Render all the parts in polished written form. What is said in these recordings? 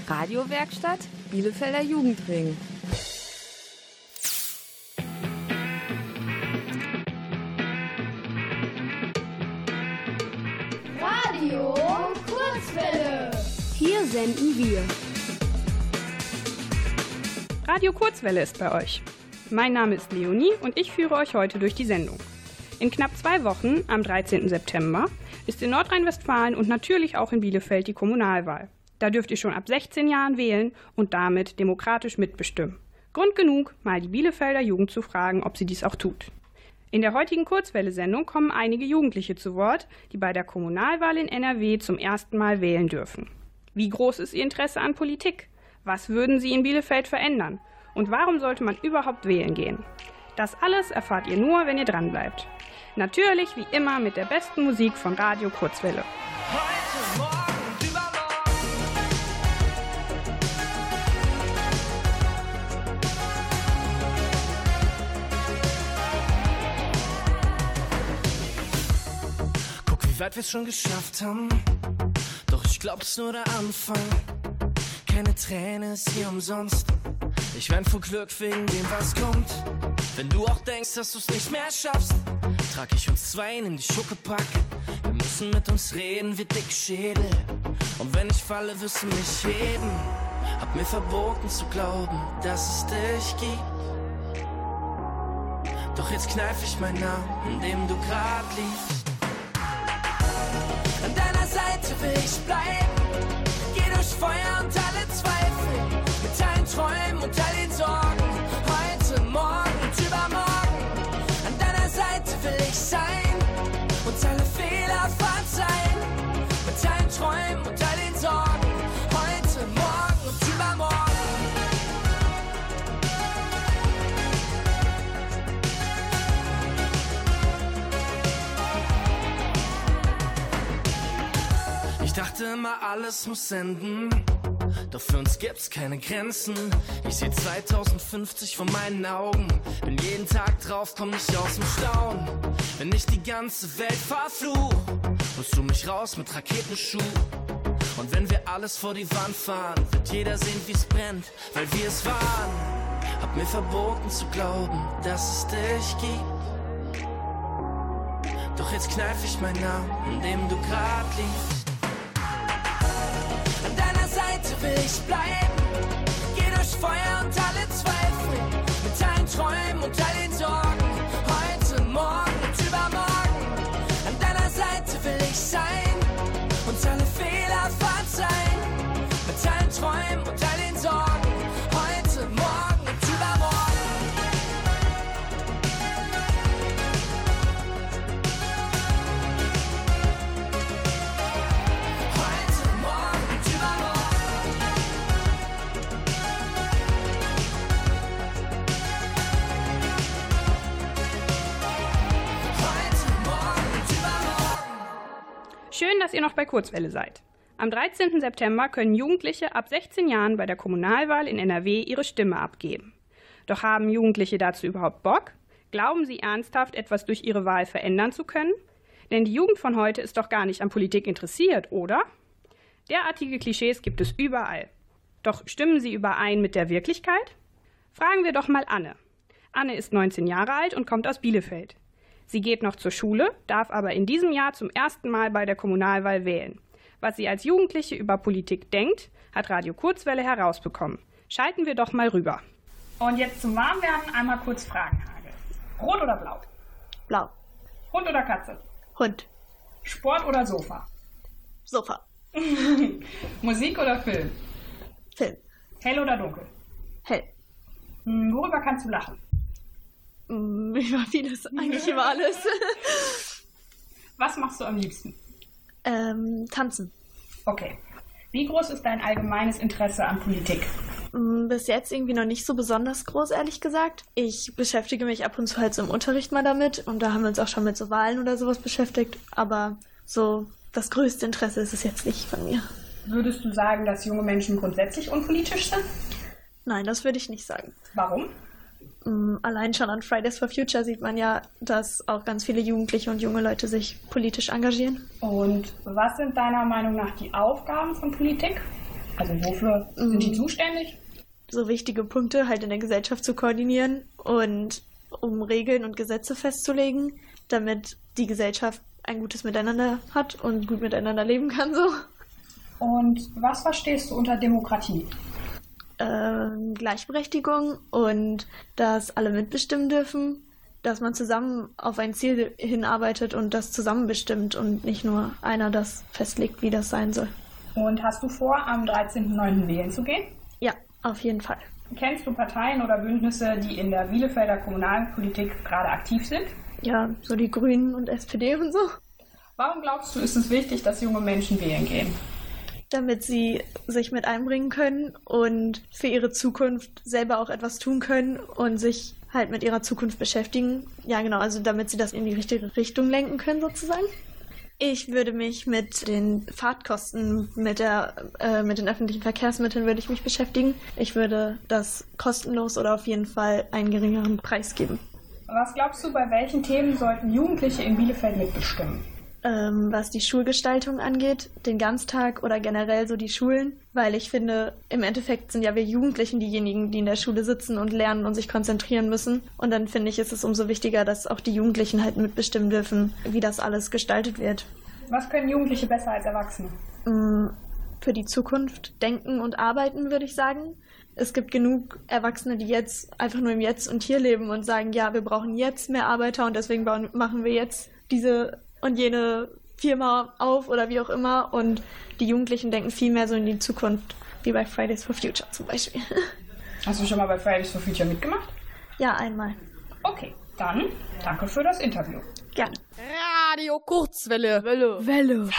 Radiowerkstatt Bielefelder Jugendring. Radio Kurzwelle. Hier senden wir. Radio Kurzwelle ist bei euch. Mein Name ist Leonie und ich führe euch heute durch die Sendung. In knapp 2 Wochen, am 13. September, ist in Nordrhein-Westfalen und natürlich auch in Bielefeld die Kommunalwahl. Da dürft ihr schon ab 16 Jahren wählen und damit demokratisch mitbestimmen. Grund genug, mal die Bielefelder Jugend zu fragen, ob sie dies auch tut. In der heutigen Kurzwelle-Sendung kommen einige Jugendliche zu Wort, die bei der Kommunalwahl in NRW zum ersten Mal wählen dürfen. Wie groß ist ihr Interesse an Politik? Was würden sie in Bielefeld verändern? Und warum sollte man überhaupt wählen gehen? Das alles erfahrt ihr nur, wenn ihr dranbleibt. Natürlich wie immer mit der besten Musik von Radio Kurzwelle. Heute, morgen und übermorgen. Guck, wie weit wir's schon geschafft haben. Doch ich glaub's nur der Anfang. Keine Träne ist hier umsonst. Ich wein vor Glück wegen dem, was kommt. Wenn du auch denkst, dass du's nicht mehr schaffst, trag ich uns 2 in die Schuckepack. Wir müssen mit uns reden wie Dickschädel. Und wenn ich falle, wirst du mich heben. Hab mir verboten zu glauben, dass es dich gibt. Doch jetzt kneif ich meinen Namen, in dem du grad liegst. An deiner Seite will ich bleiben. Geh durch Feuer und alle Zweifel. Mit allen Träumen und all den Sorgen. Heute, morgen und übermorgen. An deiner Seite will ich sein. Und alle Fehler verzeihen. Mit allen Träumen und all den Sorgen. Heute, morgen und übermorgen. Ich dachte immer, alles muss enden. Doch für uns gibt's keine Grenzen. Ich seh 2050 vor meinen Augen. Bin jeden Tag drauf, komm nicht aus dem Staunen. Wenn ich die ganze Welt verfluch, holst du mich raus mit Raketenschuh. Und wenn wir alles vor die Wand fahren, wird jeder sehen, wie's brennt, weil wir es waren. Hab mir verboten zu glauben, dass es dich gibt. Doch jetzt kneif ich meinen Namen, in dem du grad liegst. An deiner Seite will ich bleiben. Geh durch Feuer und alle Zweifel. Mit allen Träumen und all den Sorgen. Heute, morgen und übermorgen. An deiner Seite will ich sein. Und alle Fehler verzeihen. Mit allen Träumen und all den Sorgen. Heute, morgen und übermorgen. Schön, dass ihr noch bei Kurzwelle seid. Am 13. September können Jugendliche ab 16 Jahren bei der Kommunalwahl in NRW ihre Stimme abgeben. Doch haben Jugendliche dazu überhaupt Bock? Glauben sie ernsthaft, etwas durch ihre Wahl verändern zu können? Denn die Jugend von heute ist doch gar nicht an Politik interessiert, oder? Derartige Klischees gibt es überall. Doch stimmen sie überein mit der Wirklichkeit? Fragen wir doch mal Anne. Anne ist 19 Jahre alt und kommt aus Bielefeld. Sie geht noch zur Schule, darf aber in diesem Jahr zum ersten Mal bei der Kommunalwahl wählen. Was sie als Jugendliche über Politik denkt, hat Radio Kurzwelle herausbekommen. Schalten wir doch mal rüber. Und jetzt zum Warmwerden einmal kurz Fragenhagel. Rot oder blau? Blau. Hund oder Katze? Hund. Sport oder Sofa? Sofa. Musik oder Film? Film. Hell oder dunkel? Hell. Worüber kannst du lachen? Über vieles, eigentlich über alles. Was machst du am liebsten? Tanzen. Okay. Wie groß ist dein allgemeines Interesse an Politik? Bis jetzt irgendwie noch nicht so besonders groß, ehrlich gesagt. Ich beschäftige mich ab und zu halt so im Unterricht mal damit und da haben wir uns auch schon mit so Wahlen oder sowas beschäftigt, aber so das größte Interesse ist es jetzt nicht von mir. Würdest du sagen, dass junge Menschen grundsätzlich unpolitisch sind? Nein, das würde ich nicht sagen. Warum? Allein schon an Fridays for Future sieht man ja, dass auch ganz viele Jugendliche und junge Leute sich politisch engagieren. Und was sind deiner Meinung nach die Aufgaben von Politik? Also wofür sind die zuständig? So wichtige Punkte halt in der Gesellschaft zu koordinieren und um Regeln und Gesetze festzulegen, damit die Gesellschaft ein gutes Miteinander hat und gut miteinander leben kann so. Und was verstehst du unter Demokratie? Gleichberechtigung und dass alle mitbestimmen dürfen, dass man zusammen auf ein Ziel hinarbeitet und das zusammen bestimmt und nicht nur einer das festlegt, wie das sein soll. Und hast du vor, am 13.09. wählen zu gehen? Ja, auf jeden Fall. Kennst du Parteien oder Bündnisse, die in der Bielefelder Kommunalpolitik gerade aktiv sind? Ja, so die Grünen und SPD und so. Warum glaubst du, ist es wichtig, dass junge Menschen wählen gehen? Damit sie sich mit einbringen können und für ihre Zukunft selber auch etwas tun können und sich halt mit ihrer Zukunft beschäftigen. Ja, genau, also damit sie das in die richtige Richtung lenken können sozusagen. Ich würde mich mit den Fahrtkosten, mit den öffentlichen Verkehrsmitteln würde ich mich beschäftigen. Ich würde das kostenlos oder auf jeden Fall einen geringeren Preis geben. Was glaubst du, bei welchen Themen sollten Jugendliche in Bielefeld mitbestimmen? Was die Schulgestaltung angeht, den Ganztag oder generell so die Schulen, weil ich finde, im Endeffekt sind ja wir Jugendlichen diejenigen, die in der Schule sitzen und lernen und sich konzentrieren müssen. Und dann finde ich, ist es umso wichtiger, dass auch die Jugendlichen halt mitbestimmen dürfen, wie das alles gestaltet wird. Was können Jugendliche besser als Erwachsene? Für die Zukunft denken und arbeiten, würde ich sagen. Es gibt genug Erwachsene, die jetzt einfach nur im Jetzt und Hier leben und sagen, ja, wir brauchen jetzt mehr Arbeiter und deswegen machen wir jetzt diese und jene Firma auf oder wie auch immer. Und die Jugendlichen denken viel mehr so in die Zukunft, wie bei Fridays for Future zum Beispiel. Hast du schon mal bei Fridays for Future mitgemacht? Ja, einmal. Okay, dann danke für das Interview. Gerne. Radio Kurzwelle. Welle. Welle.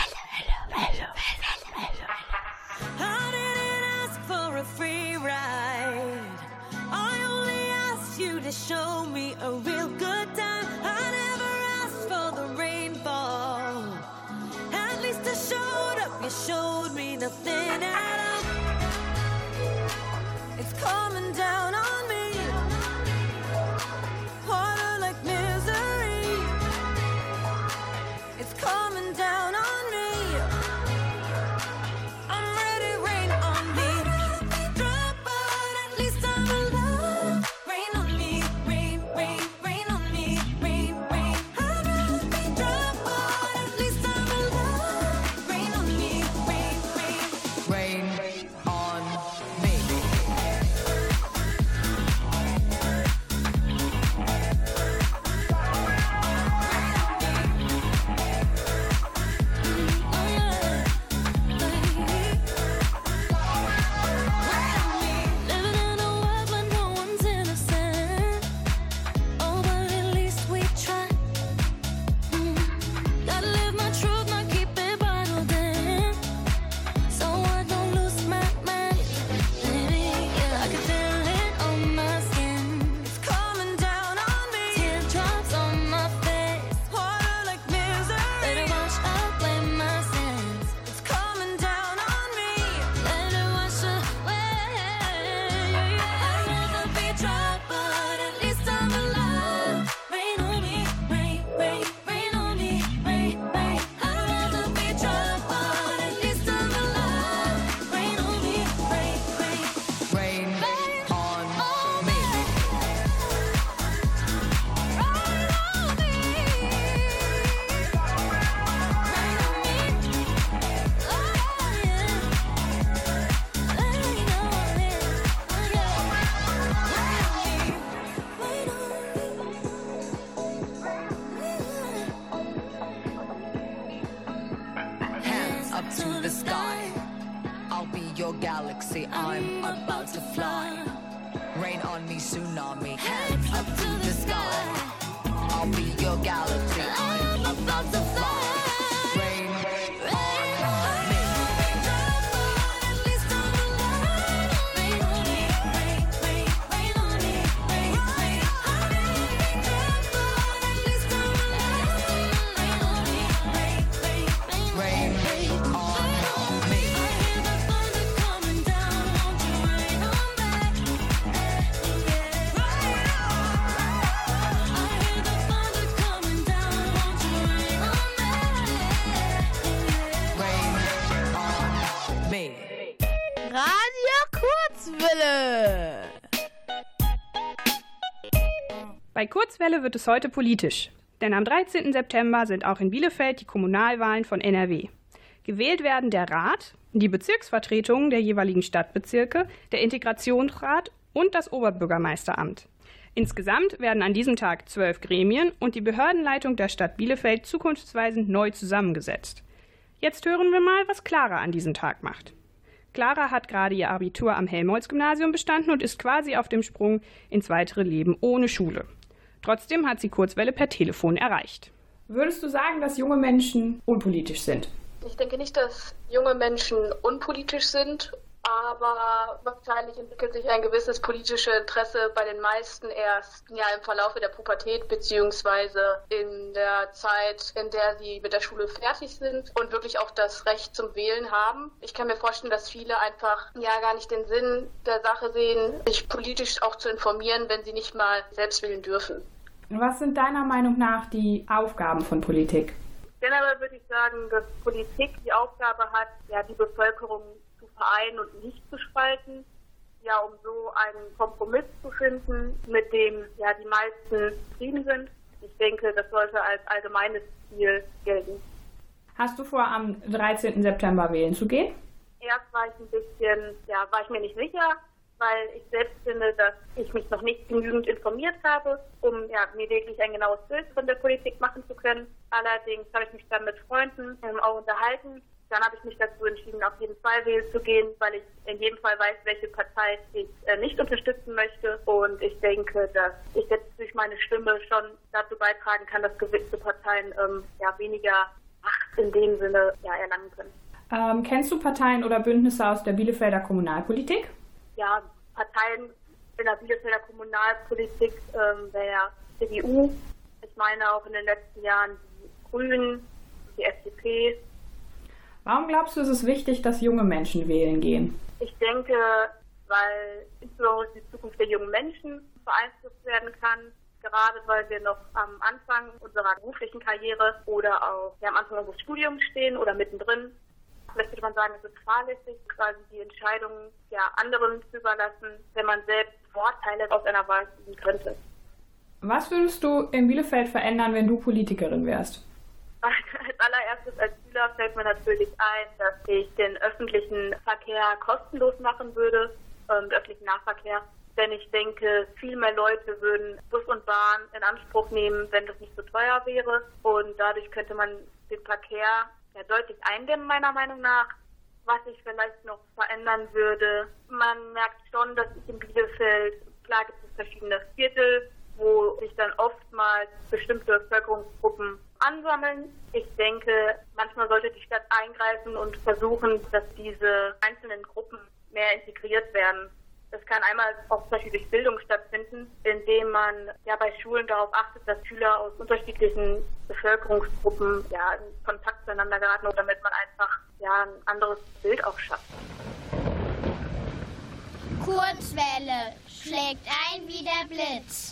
I didn't ask for a free ride. I only asked you to show me a real good time. I never asked for the rainfall. At least I showed up. You showed me nothing at all. It's coming down on me. Water like misery. It's coming down on me. I'm ready, rain on me. Drop, but at least I'm alive. Rain on me, rain, rain, rain on me, rain, rain. I'd rather be drop, but at least I'm alive. Rain on me, rain, rain, rain on me. Living in a world where no one's innocent. Oh, but at least we try. Gotta live my truth, not keep it bottled in. So I don't lose my mind. Yeah, I can feel it on my skin. It's coming down on me. Teardrops on my face. Water like misery. Let it wash away my sins. It's coming down on me. Let it wash away. I'd rather be dry, but at least I'm alive. Rain on me, rain, rain, rain on me, rain, rain. I'd rather be dry, but at least I'm alive. Rain on me, rain, rain, rain on me. Hands up to the sky. I'll be your galaxy. I'm about to fly. Rain on me, tsunami. Hands up to the sky. I'll be your galaxy. I'm about to fly. Rain on me. Rain on me. I hear the thunder coming down, won't you rain on me? Radio Kurzwelle. Bei Kurzwelle wird es heute politisch. Denn am 13. September sind auch in Bielefeld die Kommunalwahlen von NRW. Gewählt werden der Rat, die Bezirksvertretungen der jeweiligen Stadtbezirke, der Integrationsrat und das Oberbürgermeisteramt. Insgesamt werden an diesem Tag 12 Gremien und die Behördenleitung der Stadt Bielefeld zukunftsweisend neu zusammengesetzt. Jetzt hören wir mal, was Clara an diesem Tag macht. Clara hat gerade ihr Abitur am Helmholtz-Gymnasium bestanden und ist quasi auf dem Sprung ins weitere Leben ohne Schule. Trotzdem hat sie Kurzwelle per Telefon erreicht. Würdest du sagen, dass junge Menschen unpolitisch sind? Ich denke nicht, dass junge Menschen unpolitisch sind, aber wahrscheinlich entwickelt sich ein gewisses politisches Interesse bei den meisten erst im Verlaufe der Pubertät beziehungsweise in der Zeit, in der sie mit der Schule fertig sind und wirklich auch das Recht zum Wählen haben. Ich kann mir vorstellen, dass viele einfach gar nicht den Sinn der Sache sehen, sich politisch auch zu informieren, wenn sie nicht mal selbst wählen dürfen. Was sind deiner Meinung nach die Aufgaben von Politik? Generell würde ich sagen, dass Politik die Aufgabe hat, die Bevölkerung zu vereinen und nicht zu spalten, um so einen Kompromiss zu finden, mit dem die meisten zufrieden sind. Ich denke, das sollte als allgemeines Ziel gelten. Hast du vor, am 13. September wählen zu gehen? Erst war ich ein bisschen, war ich mir nicht sicher, weil ich selbst finde, dass ich mich noch nicht genügend informiert habe, um mir wirklich ein genaues Bild von der Politik machen zu können. Allerdings habe ich mich dann mit Freunden auch unterhalten. Dann habe ich mich dazu entschieden, auf jeden Fall wählen zu gehen, weil ich in jedem Fall weiß, welche Partei ich nicht unterstützen möchte. Und ich denke, dass ich jetzt durch meine Stimme schon dazu beitragen kann, dass gewisse Parteien weniger Macht in dem Sinne erlangen können. Kennst du Parteien oder Bündnisse aus der Bielefelder Kommunalpolitik? Ja, Parteien in der Bielefelder Kommunalpolitik der CDU. Ich meine auch in den letzten Jahren die Grünen, die FDP. Warum glaubst du, ist es wichtig, dass junge Menschen wählen gehen? Ich denke, weil insbesondere die Zukunft der jungen Menschen beeinflusst werden kann. Gerade weil wir noch am Anfang unserer beruflichen Karriere oder auch am Anfang unseres Studiums stehen oder mittendrin. Vielleicht würde man sagen, es ist fahrlässig, quasi die Entscheidungen anderen zu überlassen, wenn man selbst Vorteile aus einer Wahl ziehen könnte. Was würdest du in Bielefeld verändern, wenn du Politikerin wärst? Als allererstes als Schüler fällt mir natürlich ein, dass ich den öffentlichen Verkehr kostenlos machen würde, den öffentlichen Nahverkehr. Denn ich denke, viel mehr Leute würden Bus und Bahn in Anspruch nehmen, wenn das nicht so teuer wäre. Und dadurch könnte man den Verkehr deutlich eindämmen, meiner Meinung nach. Was ich vielleicht noch verändern würde, man merkt schon, dass ich in Bielefeld, klar gibt es verschiedene Viertel, wo sich dann oftmals bestimmte Bevölkerungsgruppen ansammeln. Ich denke, manchmal sollte die Stadt eingreifen und versuchen, dass diese einzelnen Gruppen mehr integriert werden. Das kann einmal auch zum Beispiel durch Bildung stattfinden, indem man bei Schulen darauf achtet, dass Schüler aus unterschiedlichen Bevölkerungsgruppen in Kontakt zueinander geraten, damit man einfach ein anderes Bild auch schafft. Kurzwelle schlägt ein wie der Blitz.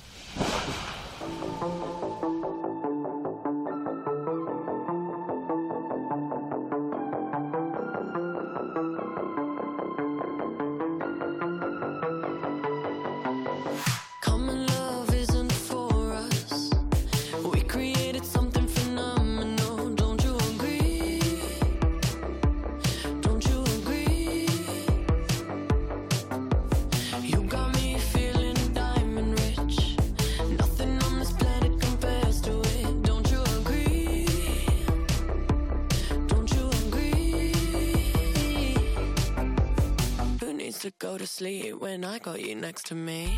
Go to sleep when I got you next to me.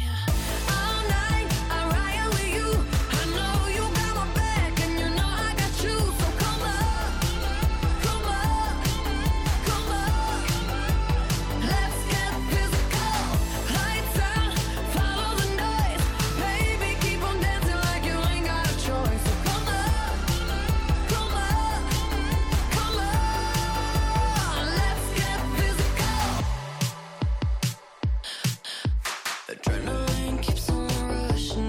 Adrenaline keeps on rushing.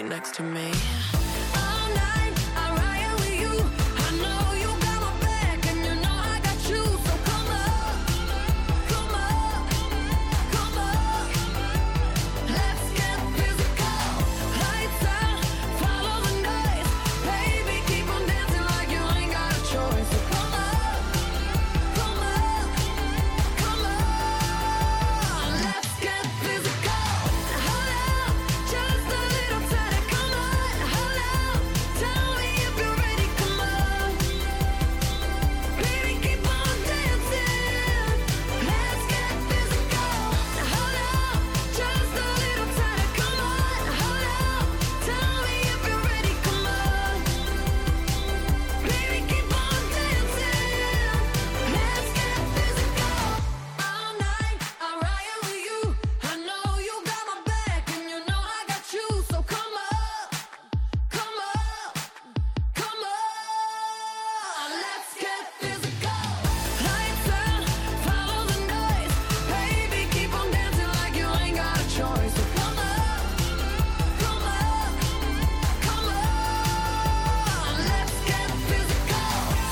you next to me. All night, I ride with you. I know you got my back, and you know I got you. So come up, come up, come up. Let's get physical. Lights out, follow the noise. Baby, keep on dancing like you ain't got a choice. So come up, come up, come on. Let's get physical. Hold up, just a little tighter. Come on, hold up. Tell me if you're ready. Come on, baby, keep on dancing. Let's get physical. Hold up, just a little tighter. Come on, hold up. Tell me if you're ready. Come on, baby, keep on dancing. Let's get physical. All night, I'll ride with you. I know you got my back, and you know I got you. So come up, come up, come on. Let's get physical. Lights out, follow the noise. Baby, keep on dancing like you ain't got a choice. So come up, come up, come on. Let's get physical.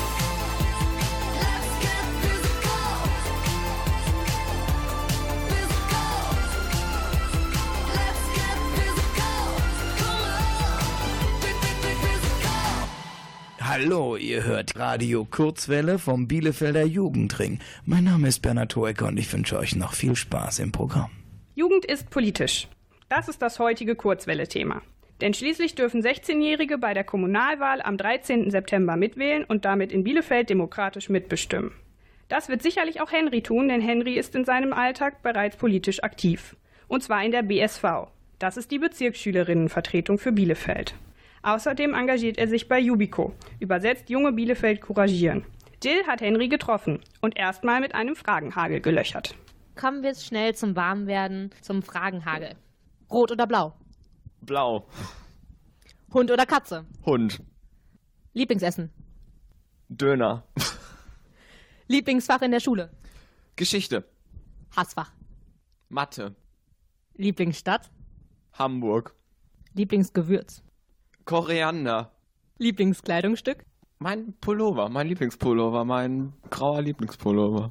Let's get physical. Physical. Let's get physical. Come on. Physical. Hallo, ihr hört Radio Kurzwelle vom Bielefelder Jugendring. Mein Name ist Bernhard Hoecker und ich wünsche euch noch viel Spaß im Programm. Jugend ist politisch. Das ist das heutige Kurzwelle-Thema. Denn schließlich dürfen 16-Jährige bei der Kommunalwahl am 13. September mitwählen und damit in Bielefeld demokratisch mitbestimmen. Das wird sicherlich auch Henry tun, denn Henry ist in seinem Alltag bereits politisch aktiv. Und zwar in der BSV. Das ist die Bezirksschülerinnenvertretung für Bielefeld. Außerdem engagiert er sich bei Jubico, übersetzt Junge Bielefeld couragieren. Jill hat Henry getroffen und erstmal mit einem Fragenhagel gelöchert. Kommen wir jetzt schnell zum Warmwerden, zum Fragenhagel. Rot oder blau? Blau. Hund oder Katze? Hund. Lieblingsessen? Döner. Lieblingsfach in der Schule? Geschichte. Hassfach? Mathe. Lieblingsstadt? Hamburg. Lieblingsgewürz? Koriander. Lieblingskleidungsstück? Mein Pullover, mein Lieblingspullover, mein grauer Lieblingspullover.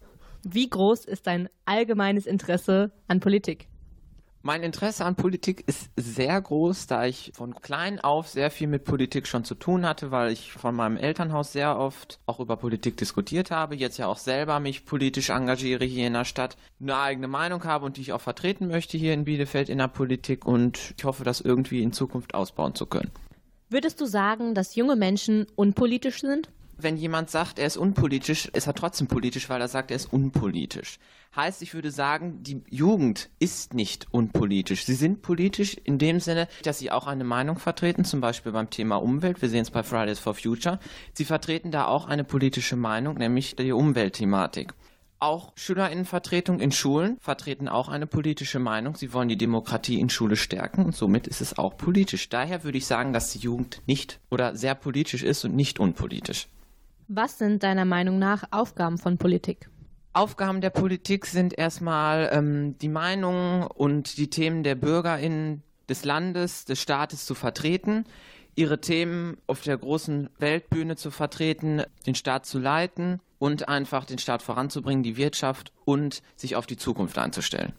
Wie groß ist dein allgemeines Interesse an Politik? Mein Interesse an Politik ist sehr groß, da ich von klein auf sehr viel mit Politik schon zu tun hatte, weil ich von meinem Elternhaus sehr oft auch über Politik diskutiert habe, jetzt ja auch selber mich politisch engagiere hier in der Stadt, eine eigene Meinung habe und die ich auch vertreten möchte hier in Bielefeld in der Politik und ich hoffe, das irgendwie in Zukunft ausbauen zu können. Würdest du sagen, dass junge Menschen unpolitisch sind? Wenn jemand sagt, er ist unpolitisch, ist er trotzdem politisch, weil er sagt, er ist unpolitisch. Heißt, ich würde sagen, die Jugend ist nicht unpolitisch. Sie sind politisch in dem Sinne, dass sie auch eine Meinung vertreten, zum Beispiel beim Thema Umwelt. Wir sehen es bei Fridays for Future. Sie vertreten da auch eine politische Meinung, nämlich die Umweltthematik. Auch SchülerInnenvertretung in Schulen vertreten auch eine politische Meinung. Sie wollen die Demokratie in Schule stärken und somit ist es auch politisch. Daher würde ich sagen, dass die Jugend nicht oder sehr politisch ist und nicht unpolitisch. Was sind deiner Meinung nach Aufgaben von Politik? Aufgaben der Politik sind erstmal die Meinungen und die Themen der BürgerInnen des Landes, des Staates zu vertreten, ihre Themen auf der großen Weltbühne zu vertreten, den Staat zu leiten und einfach den Staat voranzubringen, die Wirtschaft und sich auf die Zukunft einzustellen.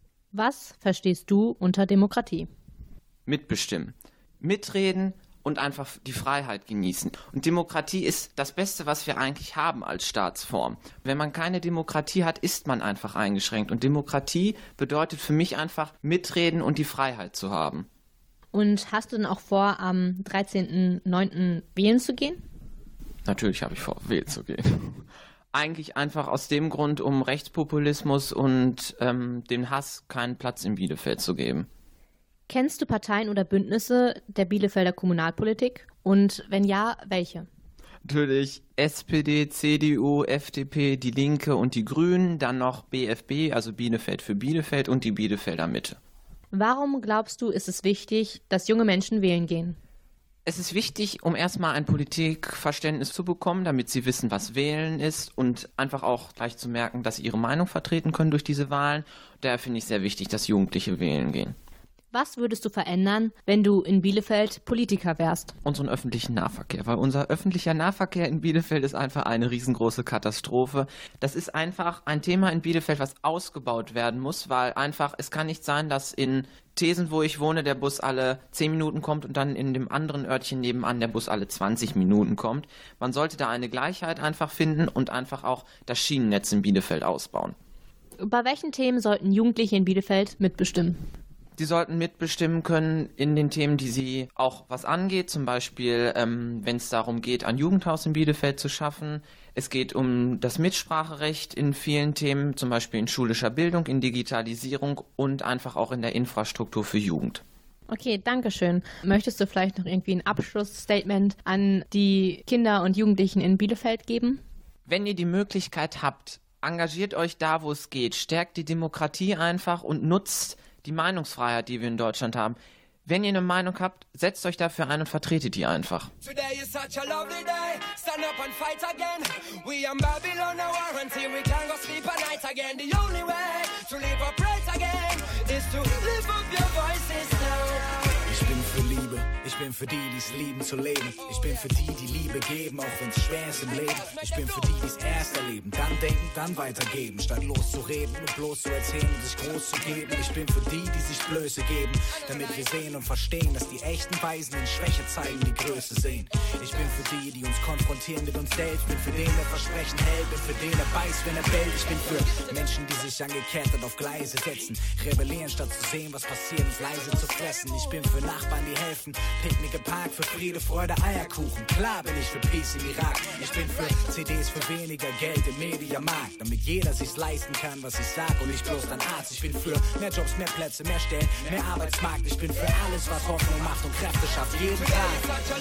Was verstehst du unter Demokratie? Mitbestimmen, mitreden und einfach die Freiheit genießen. Und Demokratie ist das Beste, was wir eigentlich haben als Staatsform. Wenn man keine Demokratie hat, ist man einfach eingeschränkt. Und Demokratie bedeutet für mich einfach mitreden und die Freiheit zu haben. Und hast du denn auch vor, am 13.09. wählen zu gehen? Natürlich habe ich vor, wählen zu gehen. Eigentlich einfach aus dem Grund, um Rechtspopulismus und dem Hass keinen Platz in Bielefeld zu geben. Kennst du Parteien oder Bündnisse der Bielefelder Kommunalpolitik? Und wenn ja, welche? Natürlich SPD, CDU, FDP, die Linke und die Grünen, dann noch BFB, also Bielefeld für Bielefeld und die Bielefelder Mitte. Warum glaubst du, ist es wichtig, dass junge Menschen wählen gehen? Es ist wichtig, um erstmal ein Politikverständnis zu bekommen, damit sie wissen, was Wählen ist und einfach auch gleich zu merken, dass sie ihre Meinung vertreten können durch diese Wahlen. Daher finde ich sehr wichtig, dass Jugendliche wählen gehen. Was würdest du verändern, wenn du in Bielefeld Politiker wärst? Unseren öffentlichen Nahverkehr, weil unser öffentlicher Nahverkehr in Bielefeld ist einfach eine riesengroße Katastrophe. Das ist einfach ein Thema in Bielefeld, was ausgebaut werden muss, weil einfach, es kann nicht sein, dass in Thesen, wo ich wohne, der Bus alle 10 Minuten kommt und dann in dem anderen Örtchen nebenan der Bus alle 20 Minuten kommt. Man sollte da eine Gleichheit einfach finden und einfach auch das Schienennetz in Bielefeld ausbauen. Bei welchen Themen sollten Jugendliche in Bielefeld mitbestimmen? Die sollten mitbestimmen können in den Themen, die sie auch was angeht. Zum Beispiel, wenn es darum geht, ein Jugendhaus in Bielefeld zu schaffen. Es geht um das Mitspracherecht in vielen Themen, zum Beispiel in schulischer Bildung, in Digitalisierung und einfach auch in der Infrastruktur für Jugend. Okay, danke schön. Möchtest du vielleicht noch irgendwie ein Abschlussstatement an die Kinder und Jugendlichen in Bielefeld geben? Wenn ihr die Möglichkeit habt, engagiert euch da, wo es geht. Stärkt die Demokratie einfach und nutzt die Meinungsfreiheit, die wir in Deutschland haben. Wenn ihr eine Meinung habt, setzt euch dafür ein und vertretet die einfach. Today is such a lovely day. Stand up and fight again. We in Babylon now until we can go sleep at night again. The only way to live upright again is to live up your voices now. Ich bin für Liebe, ich bin für die, die's lieben zu leben. Ich bin für die, die Liebe geben, auch wenn's schwer ist im Leben. Ich bin für die, die's erst erleben, dann denken, dann weitergeben. Statt loszureden und bloß zu erzählen und sich groß zu geben. Ich bin für die, die sich Blöße geben, damit wir sehen und verstehen, dass die echten Weisen in Schwäche zeigen, die Größe sehen. Ich bin für die uns konfrontieren mit uns selbst. Bin für den, der Versprechen hält, bin für den, der beißt, wenn er bellt. Ich bin für Menschen, die sich angekettet auf Gleise setzen. Rebellieren, statt zu sehen, was passiert, uns leise zu fressen. Ich bin für Nachbarn, die helfen. Picknick im Park für Friede, Freude, Eierkuchen. Klar bin ich für Peace im Irak. Ich bin für CDs für weniger Geld im Mediamarkt, damit jeder sich's leisten kann, was ich sag und nicht bloß dein Arzt. Ich bin für mehr Jobs, mehr Plätze, mehr Stellen, mehr Arbeitsmarkt. Ich bin für alles, was Hoffnung macht und Kräfte schafft, jeden Tag.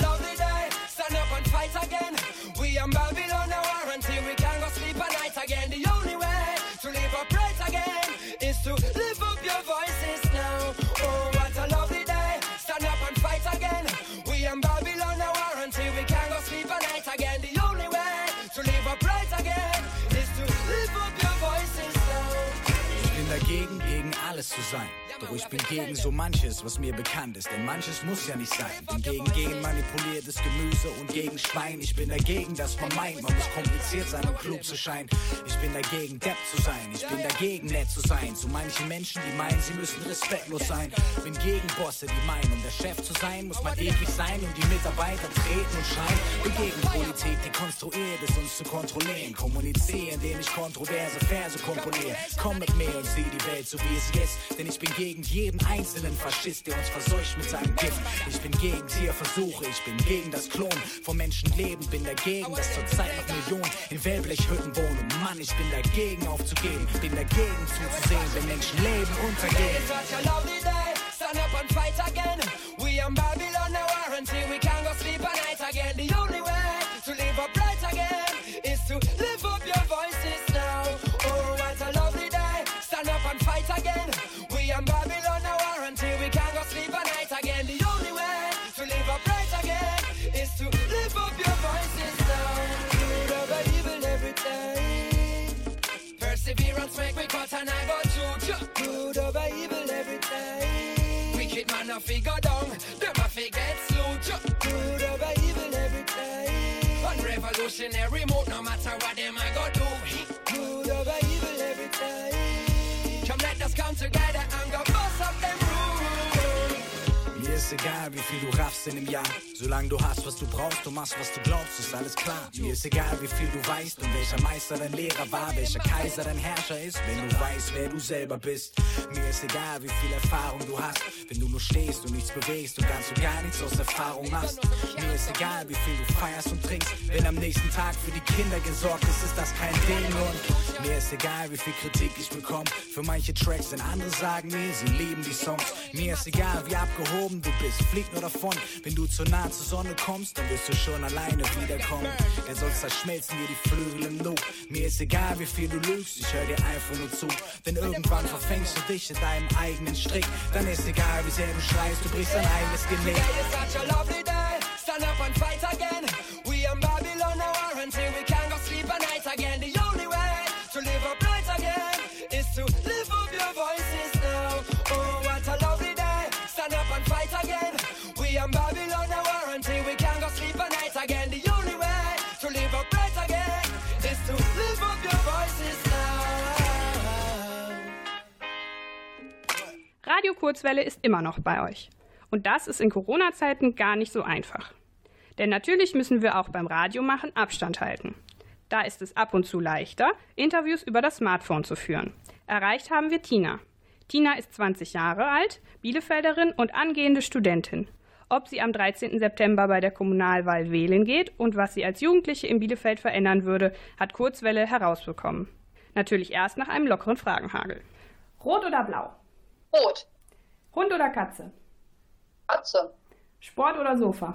Stand up and fight again. We in Babylon now until we can go sleep at night again. The only way to live upright again is to live up your voices now. Oh, what a lovely day. Stand up and fight again. We in Babylon now until we can go sleep at night again. The only way to live upright again is to live up your voices now. Ich bin dagegen, gegen alles zu sein. Doch ich bin gegen so manches, was mir bekannt ist, denn manches muss ja nicht sein. Bin gegen genmanipuliertes Gemüse und gegen Schwein. Ich bin dagegen, dass man meint, man muss kompliziert sein, um klug zu scheinen. Ich bin dagegen, Depp zu sein. Ich bin dagegen, nett zu sein. Zu manchen Menschen, die meinen, sie müssen respektlos sein. Bin gegen Bosse, die meinen, um der Chef zu sein, muss man eklig sein und die Mitarbeiter treten und schreien. Bin gegen Politik, die konstruiert ist, uns zu kontrollieren. Kommuniziere, indem ich kontroverse Verse komponiere. Komm mit mir und sieh die Welt so wie es ist, denn ich bin gegen jeden einzelnen Faschist, der uns verseucht mit seinem Gift. Ich bin gegen Tierversuche, ich bin gegen das Klonen von Menschenleben, bin dagegen, dass zurzeit noch Millionen in Wellblechhütten wohnen. Und Mann, ich bin dagegen aufzugeben, bin dagegen zuzusehen, wenn Menschenleben untergehen. Stand up and fight again. We in Babylon now until we can go sleep at night again. The only way to live upright again is to live up your voices now. Oh, what a lovely day. Stand up and fight again. We in Babylon now until we can go sleep at night again. The only way to live upright again is to live up your voices now. Good over evil every day. Perseverance make me cut and I go through. Good over evil every day. Wicked man a figure down, them a forget slow. Good over evil every day. On revolutionary mode, no matter what them a go do. Good over evil every day. Come let us come together and go bust up them rules. Mir ist egal, wie viel du raffst in einem Jahr. Solange du hast, was du brauchst, du machst, was du glaubst, ist alles klar. Mir ist egal, wie viel du weißt und welcher Meister dein Lehrer war, welcher Kaiser dein Herrscher ist, wenn du weißt, wer du selber bist. Mir ist egal, wie viel Erfahrung du hast, wenn du nur stehst und nichts bewegst und ganz und gar nichts aus Erfahrung machst. Mir ist egal, wie viel du feierst und trinkst, wenn am nächsten Tag für die Kinder gesorgt ist das kein Ding. Und mir ist egal, wie viel Kritik ich bekomme für manche Tracks, denn andere sagen mir, sie lieben die Songs. Mir ist egal, wie abgehoben du bist, flieg nur davon, wenn du zu nah zur Sonne kommst, dann wirst du schon alleine wiederkommen. Denn sonst zerschmelzen dir die Flügel im Loop. Mir ist egal, wie viel du lügst, ich hör dir einfach nur zu. Denn irgendwann verfängst du dich in deinem eigenen Strick. Dann ist egal, wie sehr du schreist, du brichst dein eigenes Genick. Today is such a lovely day. Stand up and fight again. We in Babylon now until we can go sleep at night again. The only way to live upright again is to live up your voices now. Oh, what a lovely day. we in Babylon a war until we can't go sleep at night again. The only way to live up right again is to lift up your voices now. Radio Kurzwelle ist immer noch bei euch. Und das ist in Corona-Zeiten gar nicht so einfach. Denn natürlich müssen wir auch beim Radiomachen Abstand halten. Da ist es ab und zu leichter, Interviews über das Smartphone zu führen. Erreicht haben wir Tina. Tina ist 20 Jahre alt, Bielefelderin und angehende Studentin. Ob sie am 13. September bei der Kommunalwahl wählen geht und was sie als Jugendliche in Bielefeld verändern würde, hat Kurzwelle herausbekommen. Natürlich erst nach einem lockeren Fragenhagel. Rot oder blau? Rot. Hund oder Katze? Katze. Sport oder Sofa?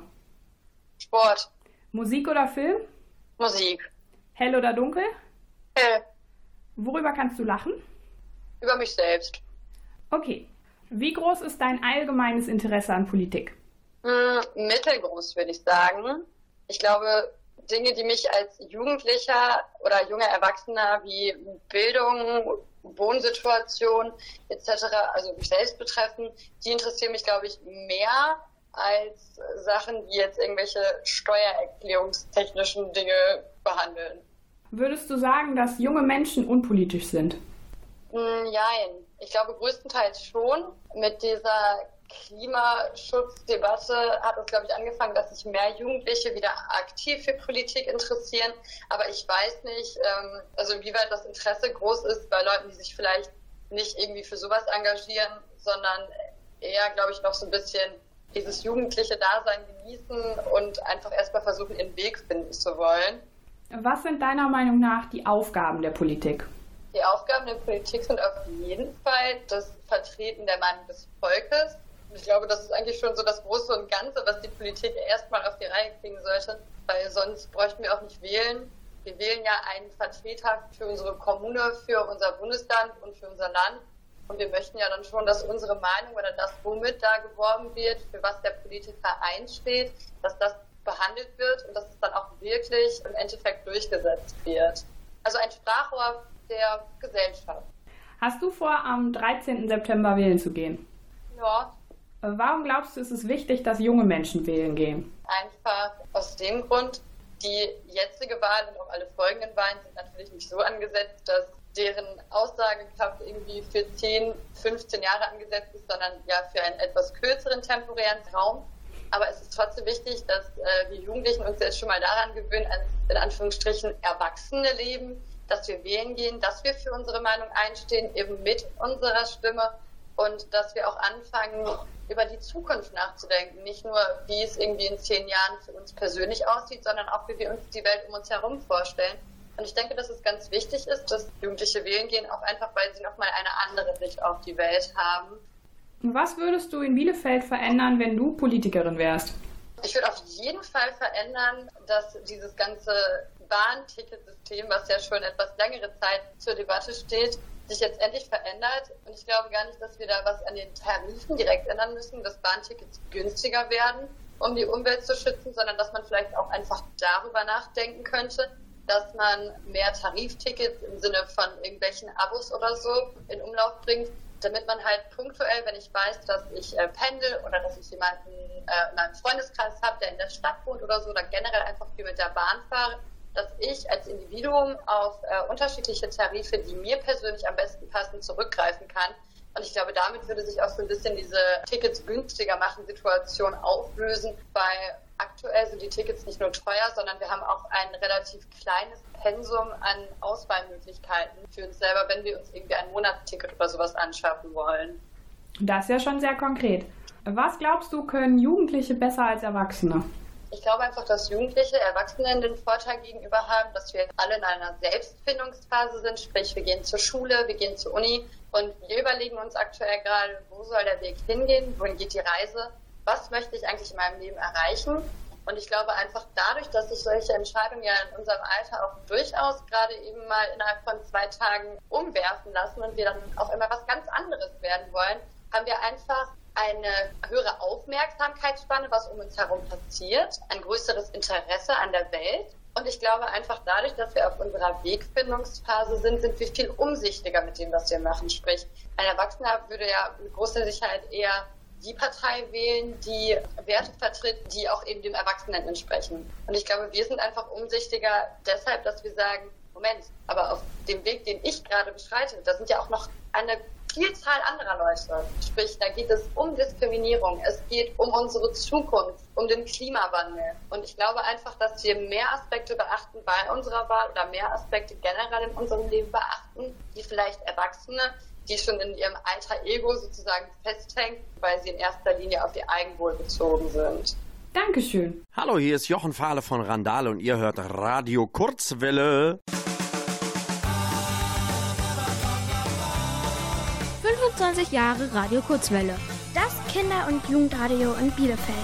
Sport. Musik oder Film? Musik. Hell oder dunkel? Hell. Worüber kannst du lachen? Über mich selbst. Okay. Wie groß ist dein allgemeines Interesse an Politik? Mittelgroß, würde ich sagen. Ich glaube, Dinge, die mich als Jugendlicher oder junger Erwachsener wie Bildung, Wohnsituation etc., also mich selbst betreffen, die interessieren mich, glaube ich, mehr als Sachen, die jetzt irgendwelche steuererklärungstechnischen Dinge behandeln. Würdest du sagen, dass junge Menschen unpolitisch sind? Nein, ich glaube größtenteils schon. Mit dieser Klimaschutzdebatte hat es, glaube ich, angefangen, dass sich mehr Jugendliche wieder aktiv für Politik interessieren. Aber ich weiß nicht, also inwieweit das Interesse groß ist bei Leuten, die sich vielleicht nicht irgendwie für sowas engagieren, sondern eher, glaube ich, noch so ein bisschen dieses jugendliche Dasein genießen und einfach erstmal versuchen, ihren Weg finden zu wollen. Was sind deiner Meinung nach die Aufgaben der Politik? Die Aufgaben der Politik sind auf jeden Fall das Vertreten der Meinung des Volkes. Und ich glaube, das ist eigentlich schon so das Große und Ganze, was die Politik erstmal auf die Reihe kriegen sollte, weil sonst bräuchten wir auch nicht wählen. Wir wählen ja einen Vertreter für unsere Kommune, für unser Bundesland und für unser Land. Und wir möchten ja dann schon, dass unsere Meinung oder das, womit da geworben wird, für was der Politiker einsteht, dass das behandelt wird und dass es dann auch wirklich im Endeffekt durchgesetzt wird. Also ein Sprachrohr der Gesellschaft. Hast du vor, am 13. September wählen zu gehen? Ja. Warum glaubst du, ist es wichtig, dass junge Menschen wählen gehen? Einfach aus dem Grund, die jetzige Wahl und auch alle folgenden Wahlen sind natürlich nicht so angesetzt, dass deren Aussagekraft irgendwie für 10, 15 Jahre angesetzt ist, sondern ja für einen etwas kürzeren temporären Raum. Aber es ist trotzdem wichtig, dass wir Jugendlichen uns jetzt schon mal daran gewöhnen, als in Anführungsstrichen erwachsene Leben, dass wir wählen gehen, dass wir für unsere Meinung einstehen, eben mit unserer Stimme und dass wir auch anfangen, über die Zukunft nachzudenken. Nicht nur, wie es irgendwie in 10 Jahren für uns persönlich aussieht, sondern auch, wie wir uns die Welt um uns herum vorstellen. Und ich denke, dass es ganz wichtig ist, dass Jugendliche wählen gehen, auch einfach, weil sie nochmal eine andere Sicht auf die Welt haben. Was würdest du in Bielefeld verändern, wenn du Politikerin wärst? Ich würde auf jeden Fall verändern, dass dieses ganze Bahnticketsystem, was ja schon etwas längere Zeit zur Debatte steht, sich jetzt endlich verändert. Und ich glaube gar nicht, dass wir da was an den Tarifen direkt ändern müssen, dass Bahntickets günstiger werden, um die Umwelt zu schützen, sondern dass man vielleicht auch einfach darüber nachdenken könnte, dass man mehr Tariftickets im Sinne von irgendwelchen Abos oder so in Umlauf bringt, damit man halt punktuell, wenn ich weiß, dass ich pendel oder dass ich jemanden in meinem Freundeskreis habe, der in der Stadt wohnt oder so, oder generell einfach viel mit der Bahn fahre, dass ich als Individuum auf unterschiedliche Tarife, die mir persönlich am besten passen, zurückgreifen kann. Und ich glaube, damit würde sich auch so ein bisschen diese Tickets günstiger machen Situation auflösen, weil aktuell sind die Tickets nicht nur teuer, sondern wir haben auch ein relativ kleines Pensum an Auswahlmöglichkeiten für uns selber, wenn wir uns irgendwie ein Monatsticket oder sowas anschaffen wollen. Das ist ja schon sehr konkret. Was glaubst du, können Jugendliche besser als Erwachsene? Ich glaube einfach, dass Jugendliche Erwachsenen den Vorteil gegenüber haben, dass wir alle in einer Selbstfindungsphase sind, sprich wir gehen zur Schule, wir gehen zur Uni und wir überlegen uns aktuell gerade, wo soll der Weg hingehen, wohin geht die Reise, was möchte ich eigentlich in meinem Leben erreichen. Und ich glaube einfach dadurch, dass sich solche Entscheidungen ja in unserem Alter auch durchaus gerade eben mal innerhalb von 2 Tagen umwerfen lassen und wir dann auch immer was ganz anderes werden wollen, haben wir einfach eine höhere Aufmerksamkeitsspanne, was um uns herum passiert, ein größeres Interesse an der Welt. Und ich glaube einfach dadurch, dass wir auf unserer Wegfindungsphase sind wir viel umsichtiger mit dem, was wir machen. Sprich, ein Erwachsener würde ja mit großer Sicherheit eher die Partei wählen, die Werte vertritt, die auch eben dem Erwachsenen entsprechen. Und ich glaube, wir sind einfach umsichtiger deshalb, dass wir sagen, Moment, aber auf dem Weg, den ich gerade beschreite, da sind ja auch noch eine Vielzahl anderer Leute. Sprich, da geht es um Diskriminierung, es geht um unsere Zukunft, um den Klimawandel. Und ich glaube einfach, dass wir mehr Aspekte beachten bei unserer Wahl oder mehr Aspekte generell in unserem Leben beachten, die vielleicht Erwachsene, die schon in ihrem alter Ego sozusagen festhängen, weil sie in erster Linie auf ihr Eigenwohl bezogen sind. Dankeschön. Hallo, hier ist Jochen Fahle von Randale und ihr hört Radio Kurzwelle. 25 Jahre Radio Kurzwelle. Das Kinder- und Jugendradio in Bielefeld.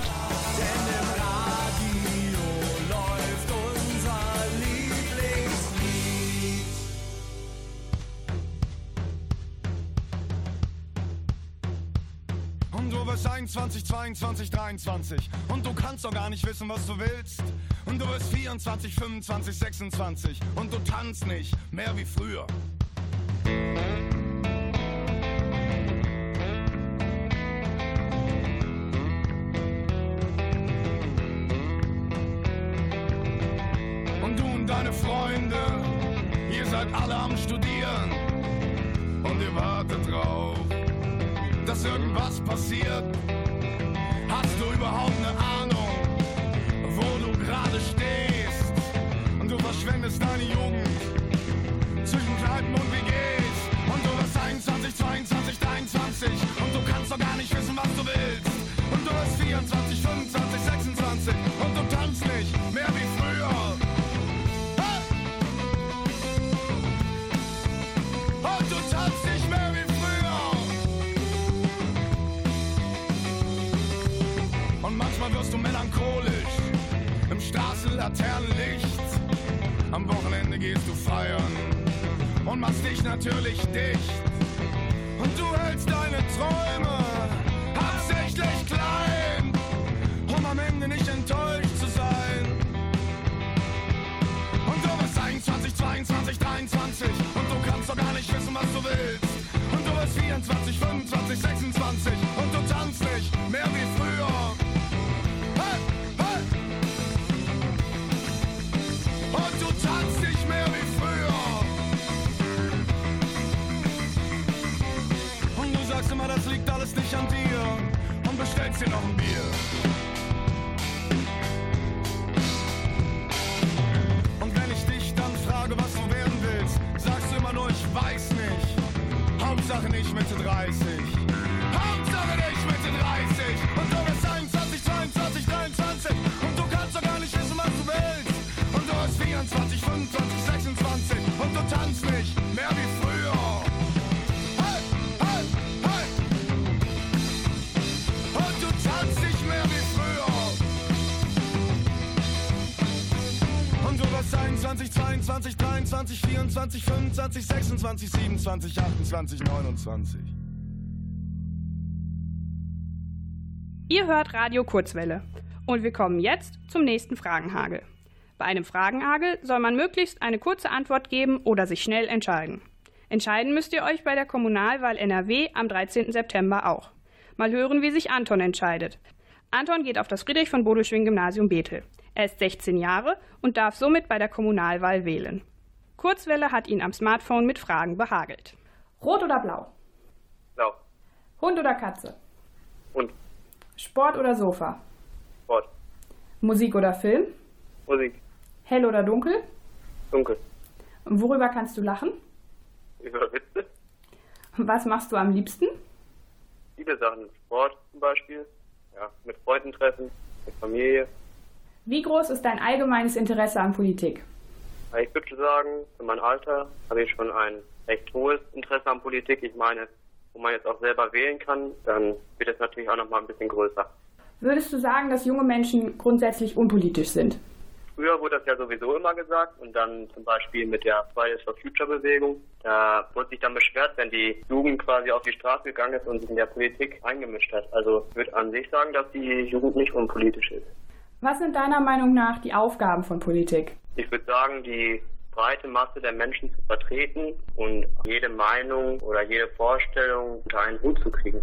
Und du wirst 21, 22, 23 und du kannst doch gar nicht wissen, was du willst. Und du wirst 24, 25, 26 und du tanzt nicht mehr wie früher. Und du und deine Freunde, ihr seid alle am Studieren und ihr wartet drauf, dass irgendwas passiert. Hast du überhaupt eine Ahnung, wo du gerade stehst? Und du verschwendest deine Jugend zwischen Kneipen und WGs. Und du wirst 21, 22, 23 und du kannst doch gar nicht wissen, was du willst. Und du wirst 24, 25, 26 und du tanzt nicht mehr wie früher. Hey! Und du tanzt nicht mehr wie früher. Und manchmal wirst du melancholisch im Straßenlaternenlicht. Am Wochenende gehst du feiern und machst dich natürlich dicht. Und du hältst deine Träume absichtlich klein, um am Ende nicht enttäuscht zu sein. Und du bist 21, 22, 23 und du kannst doch gar nicht wissen, was du willst. Und du bist 24, 25, 26 und du tanzt nicht mehr wie früher. Hey, hey! Und du tanzt nicht mehr wie früher. Und du sagst immer, das liegt alles nicht an dir und bestellst dir noch ein Bier. Und wenn ich dich dann frage, was du werden willst, sagst du immer nur, ich weiß nicht. Hauptsache nicht Mitte 30. Hauptsache nicht Mitte 30. Und du bist 21, 22, 23 und du kannst doch gar nicht wissen, was du willst. Und du bist 24, 25, 26 und du tanzt nicht mehr wie früher. Hey, hey, hey! Und du tanzt nicht mehr wie früher. Und du bist 21, 22, 23, 24, 25, 26, 27, 28, 29. Ihr hört Radio Kurzwelle und wir kommen jetzt zum nächsten Fragenhagel. Bei einem Fragenhagel soll man möglichst eine kurze Antwort geben oder sich schnell entscheiden. Entscheiden müsst ihr euch bei der Kommunalwahl NRW am 13. September auch. Mal hören, wie sich Anton entscheidet. Anton geht auf das Friedrich-von-Bodelschwingh-Gymnasium Bethel. Er ist 16 Jahre und darf somit bei der Kommunalwahl wählen. Kurzwelle hat ihn am Smartphone mit Fragen behagelt. Rot oder blau? Blau. Hund oder Katze? Hund. Sport oder Sofa? Sport. Musik oder Film? Musik. Hell oder dunkel? Dunkel. Worüber kannst du lachen? Über Witze. Was machst du am liebsten? Viele Sachen. Sport zum Beispiel. Ja, mit Freunden treffen, mit Familie. Wie groß ist dein allgemeines Interesse an Politik? Ich würde sagen, für mein Alter habe ich schon ein recht hohes Interesse an Politik. Ich meine, wo man jetzt auch selber wählen kann, dann wird es natürlich auch noch mal ein bisschen größer. Würdest du sagen, dass junge Menschen grundsätzlich unpolitisch sind? Früher wurde das ja sowieso immer gesagt und dann zum Beispiel mit der Fridays for Future Bewegung, da wurde sich dann beschwert, wenn die Jugend quasi auf die Straße gegangen ist und sich in der Politik eingemischt hat. Also ich würde an sich sagen, dass die Jugend nicht unpolitisch ist. Was sind deiner Meinung nach die Aufgaben von Politik? Ich würde sagen, die breite Masse der Menschen zu vertreten und jede Meinung oder jede Vorstellung unter einen Hut zu kriegen.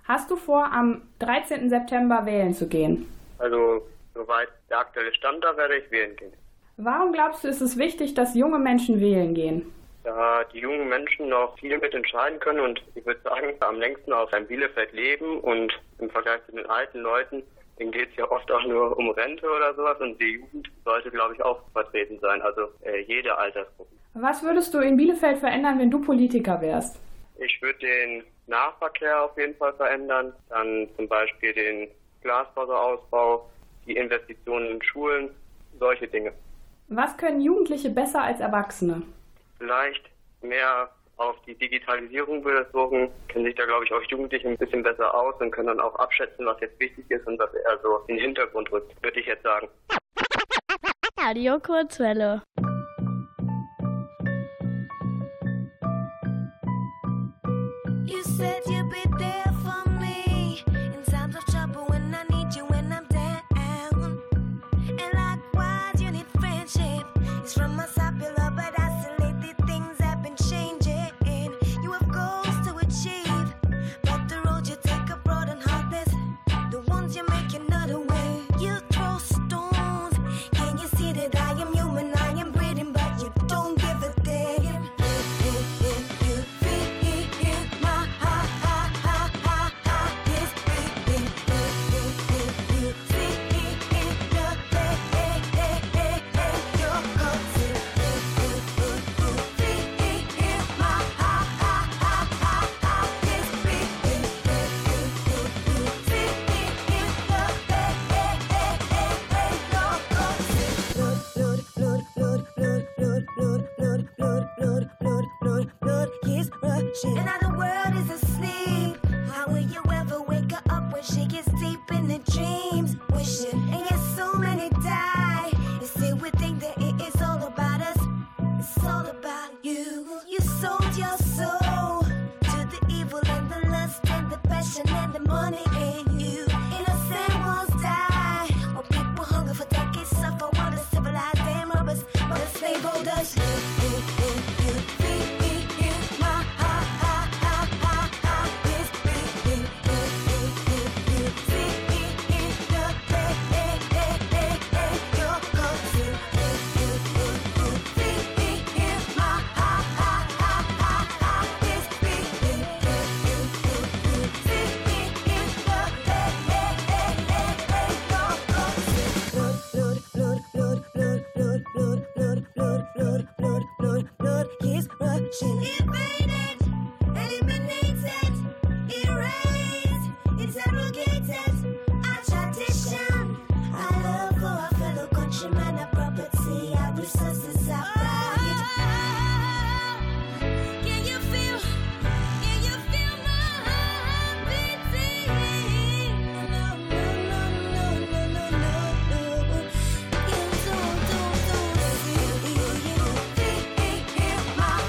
Hast du vor, am 13. September wählen zu gehen? Also, soweit der aktuelle Stand, da werde ich wählen gehen. Warum glaubst du, ist es wichtig, dass junge Menschen wählen gehen? Da die jungen Menschen noch viel mitentscheiden können und ich würde sagen, am längsten auch in Bielefeld leben und im Vergleich zu den alten Leuten, denen geht es ja oft auch nur um Rente oder sowas und die Jugend sollte, glaube ich, auch vertreten sein, also jede Altersgruppe. Was würdest du in Bielefeld verändern, wenn du Politiker wärst? Ich würde den Nahverkehr auf jeden Fall verändern, dann zum Beispiel den Glasfaserausbau, die Investitionen in Schulen, solche Dinge. Was können Jugendliche besser als Erwachsene? Vielleicht mehr auf die Digitalisierung bezogen, kennen sich da, glaube ich, auch Jugendliche ein bisschen besser aus und können dann auch abschätzen, was jetzt wichtig ist und was eher so in den Hintergrund rückt, würde ich jetzt sagen. Radio Kurzwelle. You said you'd be there for me in times of trouble when I need you when I'm down. And likewise, you need friendship. It's from us popular, but isolated things have been changing. You have goals to achieve, but the road you take are broad and heartless. The ones you make another way. You throw stones. Can you see that I am human? I am breathing, but you don't give a damn. You feel my heart, this beat. You feel your your clothes. Feel my heart, this blood is rushing. And now the world is asleep. How will you ever wake her up when she gets deep in the dreams? Wishing, and yet so many die. And still we think that it is all about us. It's all about you. You sold your soul to the evil and the lust and the passion and the money in you. Innocent ones die. Or people hunger for decades, suffer while the civilized damn robbers, while the slave holders. Invaded, eliminated, erased, interrogated. Our tradition, our love for our fellow countrymen, our property, our resources, our pride. Can you feel my heart beating? No. You don't see. Feel my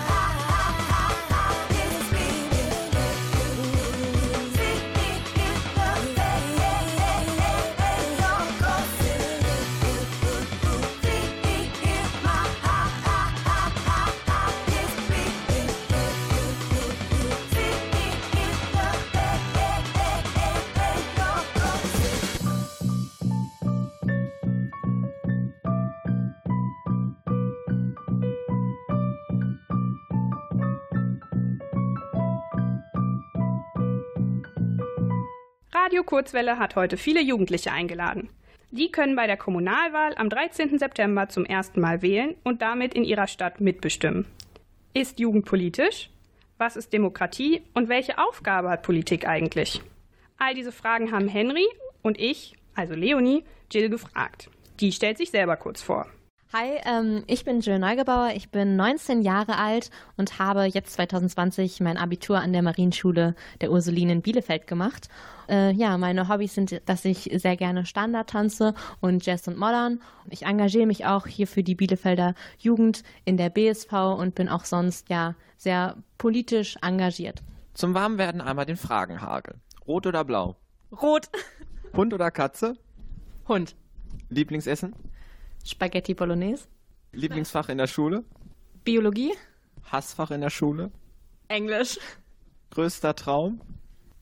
Radio Kurzwelle hat heute viele Jugendliche eingeladen. Die können bei der Kommunalwahl am 13. September zum ersten Mal wählen und damit in ihrer Stadt mitbestimmen. Ist Jugend politisch? Was ist Demokratie und welche Aufgabe hat Politik eigentlich? All diese Fragen haben Henry und ich, also Leonie, Jill gefragt. Die stellt sich selber kurz vor. Hi, ich bin Jill Neugebauer, ich bin 19 Jahre alt und habe jetzt 2020 mein Abitur an der Marienschule der Ursulinen in Bielefeld gemacht. Meine Hobbys sind, dass ich sehr gerne Standard tanze und Jazz und Modern. Ich engagiere mich auch hier für die Bielefelder Jugend in der BSV und bin auch sonst sehr politisch engagiert. Zum Warmwerden einmal den Fragenhagel. Rot oder blau? Rot. Hund oder Katze? Hund. Lieblingsessen? Spaghetti Bolognese. Lieblingsfach in der Schule? Biologie. Hassfach in der Schule? Englisch. Größter Traum?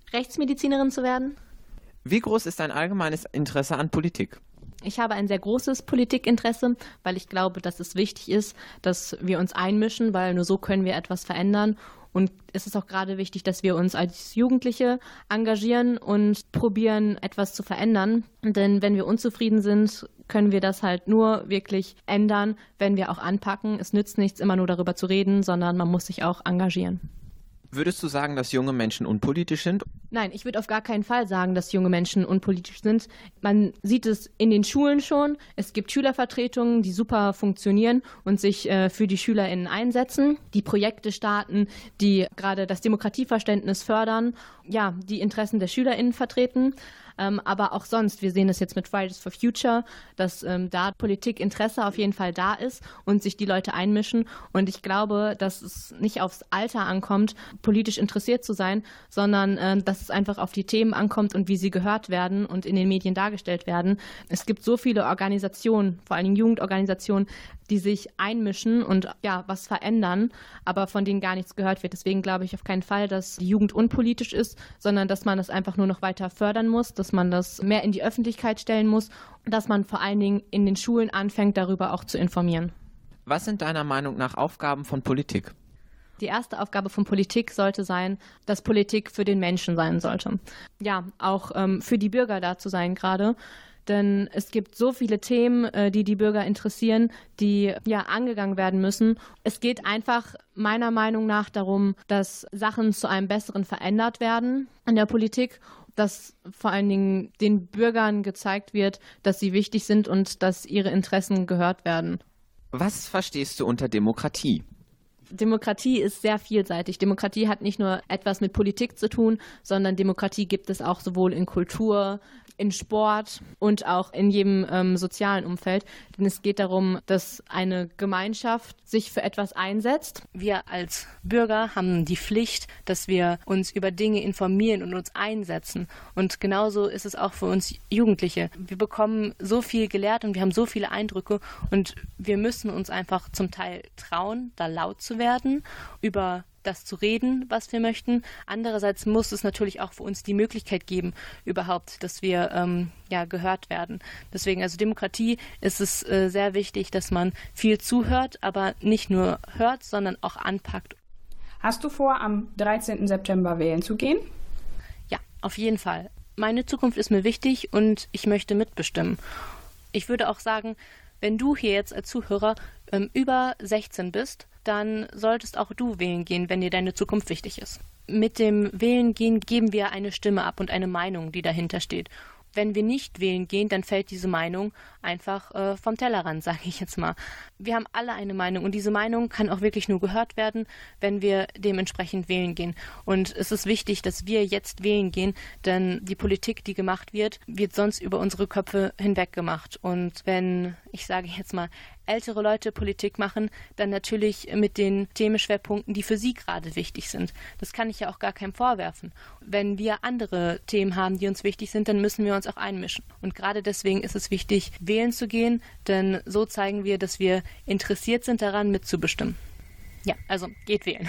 Rechtsmedizinerin zu werden. Wie groß ist dein allgemeines Interesse an Politik? Ich habe ein sehr großes Politikinteresse, weil ich glaube, dass es wichtig ist, dass wir uns einmischen, weil nur so können wir etwas verändern. Und es ist auch gerade wichtig, dass wir uns als Jugendliche engagieren und probieren, etwas zu verändern. Denn wenn wir unzufrieden sind, können wir das halt nur wirklich ändern, wenn wir auch anpacken. Es nützt nichts, immer nur darüber zu reden, sondern man muss sich auch engagieren. Würdest du sagen, dass junge Menschen unpolitisch sind? Nein, ich würde auf gar keinen Fall sagen, dass junge Menschen unpolitisch sind. Man sieht es in den Schulen schon. Es gibt Schülervertretungen, die super funktionieren und sich für die SchülerInnen einsetzen, die Projekte starten, die gerade das Demokratieverständnis fördern, ja, die Interessen der SchülerInnen vertreten. Aber auch sonst, wir sehen es jetzt mit Fridays for Future, dass da Politikinteresse auf jeden Fall da ist und sich die Leute einmischen. Und ich glaube, dass es nicht aufs Alter ankommt, politisch interessiert zu sein, sondern dass es einfach auf die Themen ankommt und wie sie gehört werden und in den Medien dargestellt werden. Es gibt so viele Organisationen, vor allen Dingen Jugendorganisationen, die sich einmischen und ja, was verändern, aber von denen gar nichts gehört wird. Deswegen glaube ich auf keinen Fall, dass die Jugend unpolitisch ist, sondern dass man das einfach nur noch weiter fördern muss, dass man das mehr in die Öffentlichkeit stellen muss, dass man vor allen Dingen in den Schulen anfängt, darüber auch zu informieren. Was sind deiner Meinung nach Aufgaben von Politik? Die erste Aufgabe von Politik sollte sein, dass Politik für den Menschen sein sollte. Ja, auch für die Bürger da zu sein gerade. Denn es gibt so viele Themen, die die Bürger interessieren, die ja angegangen werden müssen. Es geht einfach meiner Meinung nach darum, dass Sachen zu einem Besseren verändert werden in der Politik, dass vor allen Dingen den Bürgern gezeigt wird, dass sie wichtig sind und dass ihre Interessen gehört werden. Was verstehst du unter Demokratie? Demokratie ist sehr vielseitig. Demokratie hat nicht nur etwas mit Politik zu tun, sondern Demokratie gibt es auch sowohl in Kultur, in Sport und auch in jedem sozialen Umfeld. Denn es geht darum, dass eine Gemeinschaft sich für etwas einsetzt. Wir als Bürger haben die Pflicht, dass wir uns über Dinge informieren und uns einsetzen. Und genauso ist es auch für uns Jugendliche. Wir bekommen so viel gelehrt und wir haben so viele Eindrücke und wir müssen uns einfach zum Teil trauen, da laut zu werden, über das zu reden, was wir möchten. Andererseits muss es natürlich auch für uns die Möglichkeit geben, überhaupt, dass wir gehört werden. Deswegen, also Demokratie ist es sehr wichtig, dass man viel zuhört, aber nicht nur hört, sondern auch anpackt. Hast du vor, am 13. September wählen zu gehen? Ja, auf jeden Fall. Meine Zukunft ist mir wichtig und ich möchte mitbestimmen. Ich würde auch sagen, wenn du hier jetzt als Zuhörer über 16 bist, dann solltest auch du wählen gehen, wenn dir deine Zukunft wichtig ist. Mit dem Wählen gehen geben wir eine Stimme ab und eine Meinung, die dahinter steht. Wenn wir nicht wählen gehen, dann fällt diese Meinung einfach vom Tellerrand, sage ich jetzt mal. Wir haben alle eine Meinung und diese Meinung kann auch wirklich nur gehört werden, wenn wir dementsprechend wählen gehen. Und es ist wichtig, dass wir jetzt wählen gehen, denn die Politik, die gemacht wird, wird sonst über unsere Köpfe hinweg gemacht. Und wenn, ich sage jetzt mal, ältere Leute Politik machen, dann natürlich mit den Themenschwerpunkten, die für sie gerade wichtig sind. Das kann ich ja auch gar keinem vorwerfen. Wenn wir andere Themen haben, die uns wichtig sind, dann müssen wir uns auch einmischen. Und gerade deswegen ist es wichtig, wählen zu gehen, denn so zeigen wir, dass wir interessiert sind daran, mitzubestimmen. Ja, also geht wählen.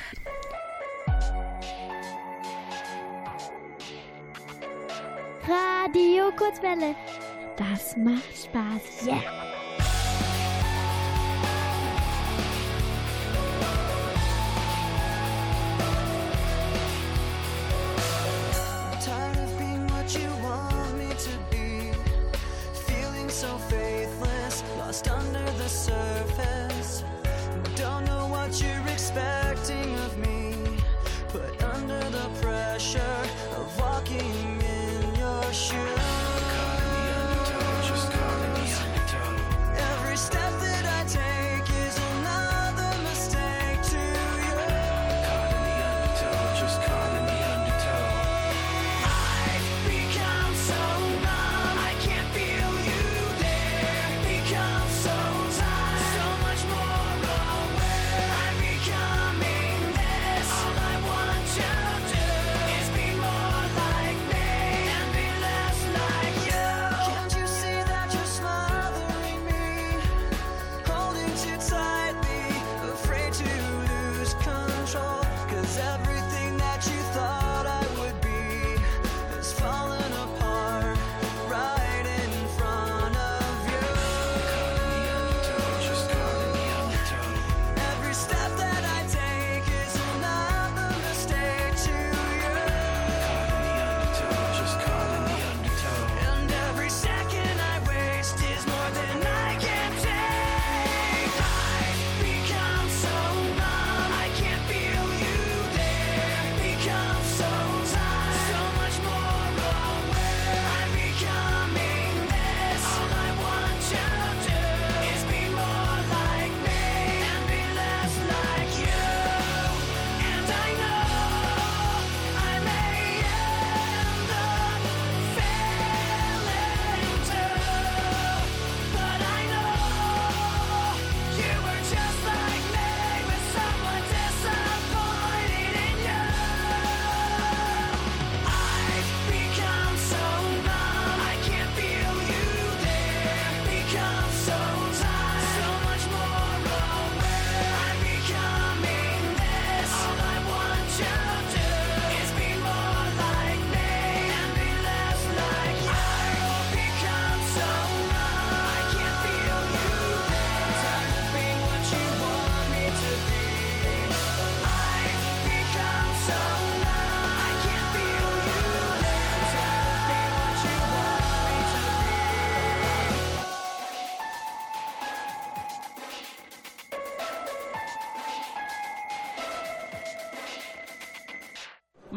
Radio Kurzwelle. Das macht Spaß. Yeah. Under the surface, don't know what you're expecting of me, but under the pressure of walking in your shoes, every step that I take is another mistake to you. Caught in the undertow, just caught in the undertow. I've become so numb, I can't feel you there. Become so tired, so much more aware. I'm becoming this. All I want to do is be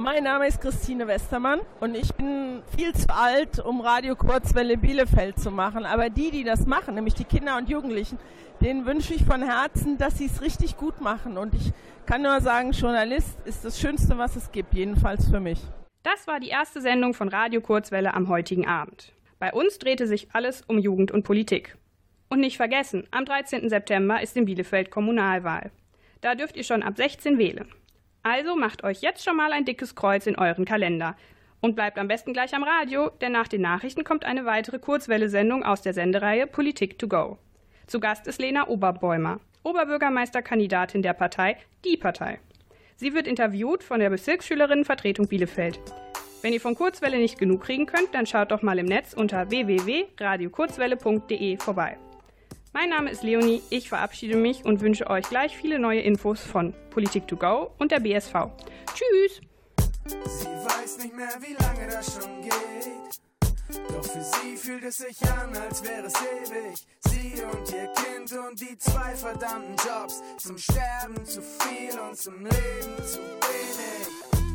Mein Name ist Christine Westermann und ich bin viel zu alt, um Radio Kurzwelle Bielefeld zu machen. Aber die das machen, nämlich die Kinder und Jugendlichen, denen wünsche ich von Herzen, dass sie es richtig gut machen. Und ich kann nur sagen, Journalist ist das Schönste, was es gibt, jedenfalls für mich. Das war die erste Sendung von Radio Kurzwelle am heutigen Abend. Bei uns drehte sich alles um Jugend und Politik. Und nicht vergessen, am 13. September ist in Bielefeld Kommunalwahl. Da dürft ihr schon ab 16 wählen. Also macht euch jetzt schon mal ein dickes Kreuz in euren Kalender. Und bleibt am besten gleich am Radio, denn nach den Nachrichten kommt eine weitere Kurzwelle-Sendung aus der Sendereihe Politik to go. Zu Gast ist Lena Oberbäumer, Oberbürgermeisterkandidatin der Partei Die Partei. Sie wird interviewt von der Bezirksschülerinnenvertretung Bielefeld. Wenn ihr von Kurzwelle nicht genug kriegen könnt, dann schaut doch mal im Netz unter www.radiokurzwelle.de vorbei. Mein Name ist Leonie, ich verabschiede mich und wünsche euch gleich viele neue Infos von Politik to go und der BSV. Tschüss! Sie weiß nicht mehr, wie lange das schon geht. Doch für sie fühlt es sich an, als wäre es ewig. Sie und ihr Kind und die 2 verdammten Jobs. Zum Sterben zu viel und zum Leben zu wenig.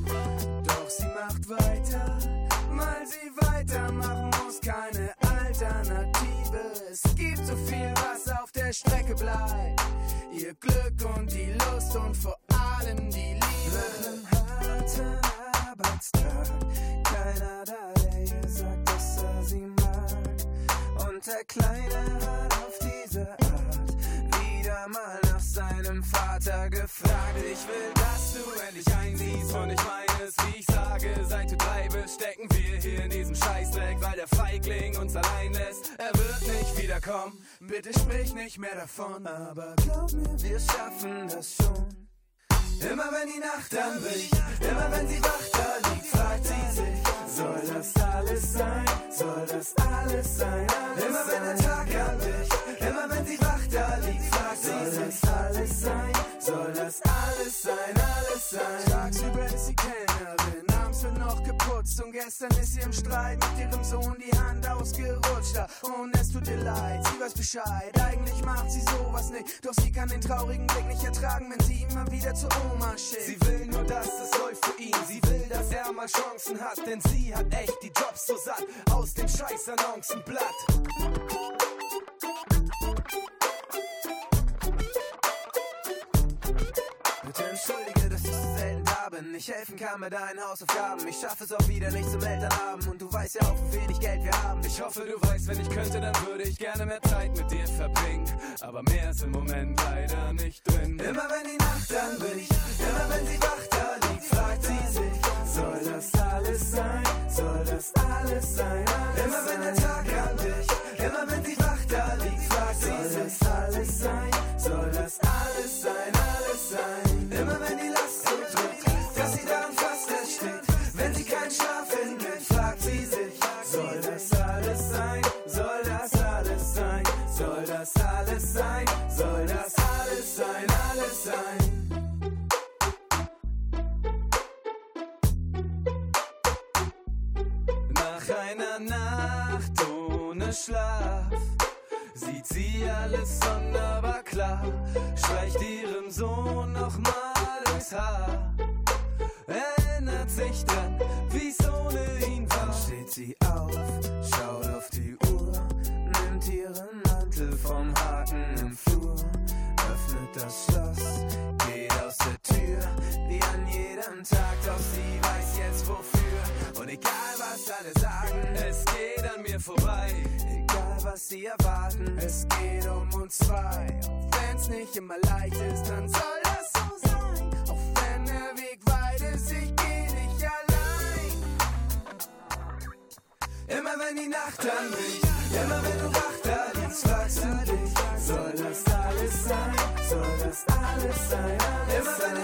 Doch sie macht weiter, weil sie weitermachen muss. Keine Alternative. Es gibt so viel, was auf der Strecke bleibt. Ihr Glück und die Lust und vor allem die Liebe. Nach einem harten Arbeitstag, keiner da, der ihr sagt, dass er sie mag. Und der Kleine hat auf diese Art wieder mal nach seinem Vater gefragt. Ich will, dass du endlich einsiehst und ich meine es, wie ich sage. Seit du 3 bist, stecken wir hier in diesem Scheißdreck, weil der Feigling uns allein lässt. Er wird nicht wiederkommen, bitte sprich nicht mehr davon. Aber glaub mir, wir schaffen das schon. Immer wenn die Nacht anbricht, immer wenn sie wach da liegt, fragt sie sich, soll das alles sein, soll das alles sein, alles immer wenn der Tag anbricht, immer wenn sie wach da liegt, fragt sie sich, soll das alles sein, soll das alles sein, alles sein. Tagsüber ist sie Kellnerin, abends wird noch geputzt und gestern ist sie im Streit mit ihrem Sohn die Hand ausgerutscht. Und es tut ihr leid, sie weiß Bescheid, eigentlich macht sie sowas nicht, doch sie kann den traurigen Blick nicht ertragen, wenn sie immer wieder zur Oma schickt. Sie will nur, dass es läuft für ihn, sie will, dass er mal Chancen hat, denn sie hat echt die Jobs so satt, aus dem scheiß Annoncenblatt. Bitte entschuldige, dass ich so selten da bin. Ich helfen kann mit deinen Hausaufgaben. Ich schaffe es auch wieder nicht zum Elternabend. Und du weißt ja auch, wie wenig Geld wir haben. Ich hoffe, du weißt, wenn ich könnte, dann würde ich gerne mehr Zeit mit dir verbringen. Aber mehr ist im Moment leider nicht drin. Immer wenn die Nacht anbricht, immer wenn sie wach da liegt, fragt sie sich, soll das alles sein? Soll das alles sein? Alles immer wenn der Tag anbricht, immer wenn sie wach da liegt, fragt sie sich, soll das alles sein? Soll das alles sein? Alles sein? Immer wenn die Last so drückt, dass sie daran fast erstickt, wenn sie keinen Schlaf findet, fragt sie sich, soll das alles sein? Soll das alles sein? Soll das alles sein? Soll das alles sein? Alles sein? Nach einer Nacht ohne Schlaf sieht sie alles sonderbar klar, streicht ihrem Sohn nochmal durchs Haar, erinnert sich dran, wie's ohne ihn war. Dann steht sie auf, schaut auf die Uhr, nimmt ihren Mantel vom Haken im Flur, öffnet das Schloss, geht aus der Tür, wie an jedem Tag, doch sie weiß jetzt wofür. Und egal was alle sagen, es geht an mir vorbei. Egal was sie erwarten, es geht um uns 2. Auch wenn's nicht immer leicht ist, dann soll das so sein. Auch wenn der Weg weit ist, ich geh nicht allein. Immer wenn die Nacht anbricht, immer wenn du wach da liegst, fragst du dich, soll das alles sein? Soll das alles sein? Immer wenn